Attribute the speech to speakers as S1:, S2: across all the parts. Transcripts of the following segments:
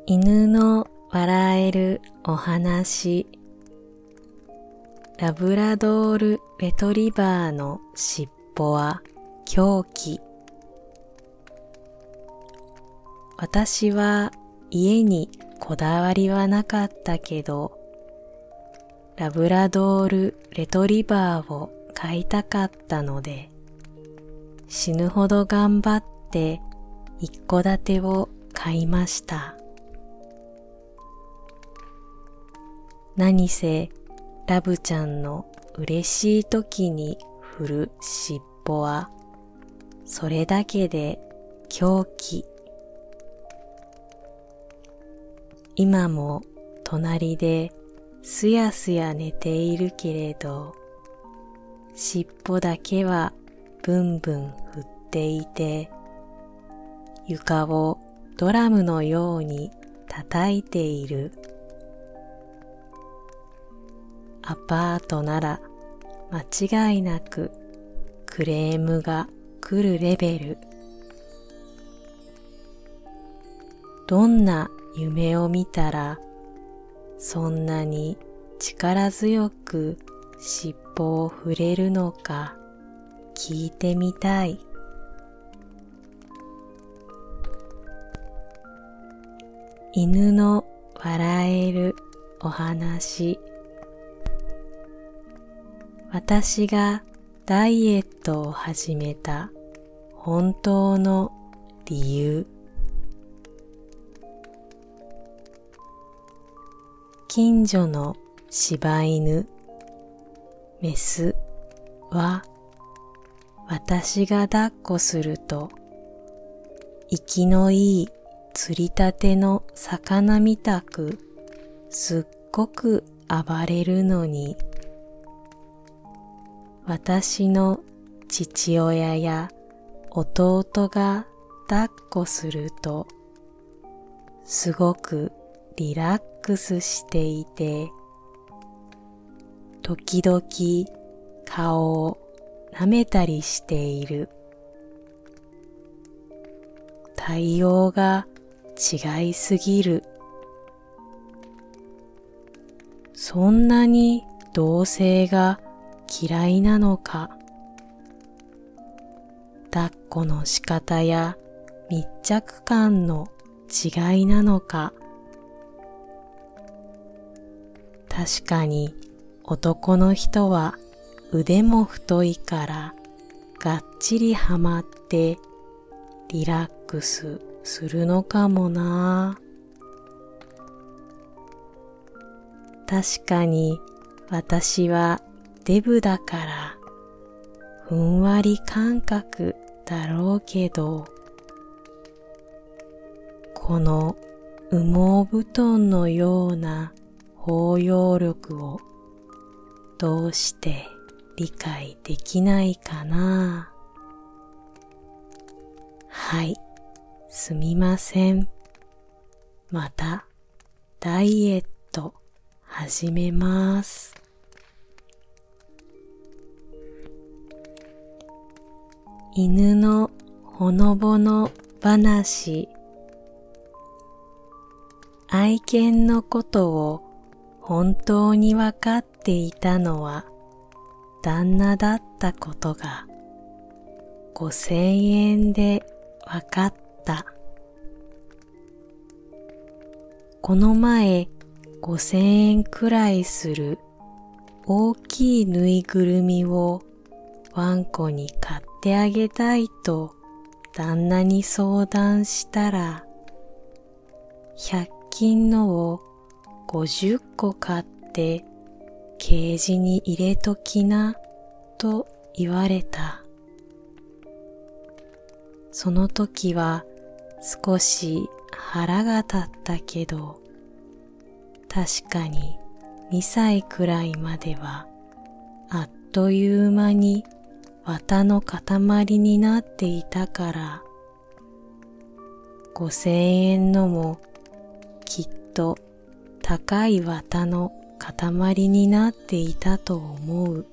S1: 犬の笑えるお話。ラブラドールレトリバーの尻尾は凶器。私は家にこだわりはなかったけど、ラブラドールレトリバーを飼いたかったので、死ぬほど頑張って一戸建てを買いました。何せラブちゃんの嬉しい時に振る尻尾はそれだけで狂気。今も隣ですやすや寝ているけれど、尻尾だけはブンブン振っていて、床をドラムのように叩いている。アパートなら間違いなくクレームが来るレベル。どんな夢を見たらそんなに力強く尻尾を振れるのか聞いてみたい。犬の笑えるお話。私がダイエットを始めた本当の理由。近所の柴犬、メスは私が抱っこすると、生きのいい釣りたての魚みたくすっごく暴れるのに、私の父親や弟が抱っこするとすごくリラックスしていて、時々顔を舐めたりしている。対応が違いすぎる。そんなに同性が嫌いなのか。抱っこの仕方や密着感の違いなのか。確かに男の人は腕も太いからがっちりはまってリラックスするのかもな。確かに私はデブだからふんわり感覚だろうけど、この羽毛布団のような包容力をどうして理解できないかな。はい、すみません。またダイエット始めます。犬のほのぼの話。愛犬のことを本当にわかっていたのは旦那だったことが5000円でわかった。この前5000円くらいする大きいぬいぐるみをワンコに買ってあげたいと旦那に相談したら、100均のを50個買ってケージに入れときなと言われた。その時は少し腹が立ったけど、確かに2歳くらいまではあっという間に綿の塊になっていたから、5000円のもきっと高い綿の塊になっていたと思う。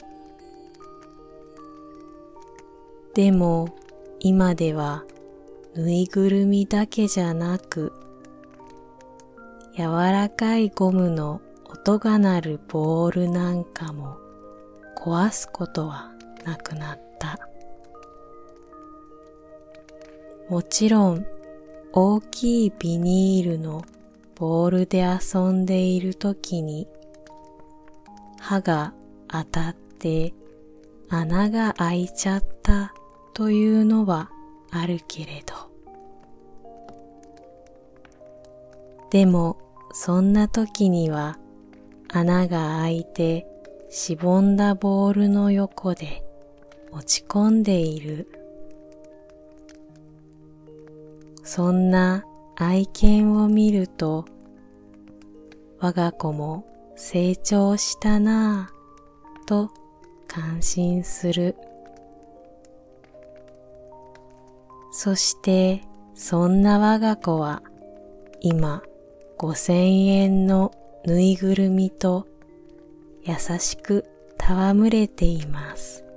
S1: でも今ではぬいぐるみだけじゃなく、 柔らかいゴムの音が鳴るボールなんかも壊すことはなくなった。もちろん大きいビニールのボールで遊んでいるときに歯が当たって穴が開いちゃったというのはあるけれど、でもそんな時には穴が開いてしぼんだボールの横で落ち込んでいる。そんな愛犬を見ると、我が子も成長したなぁと感心する。そしてそんな我が子は今5000円のぬいぐるみと優しく戯れています。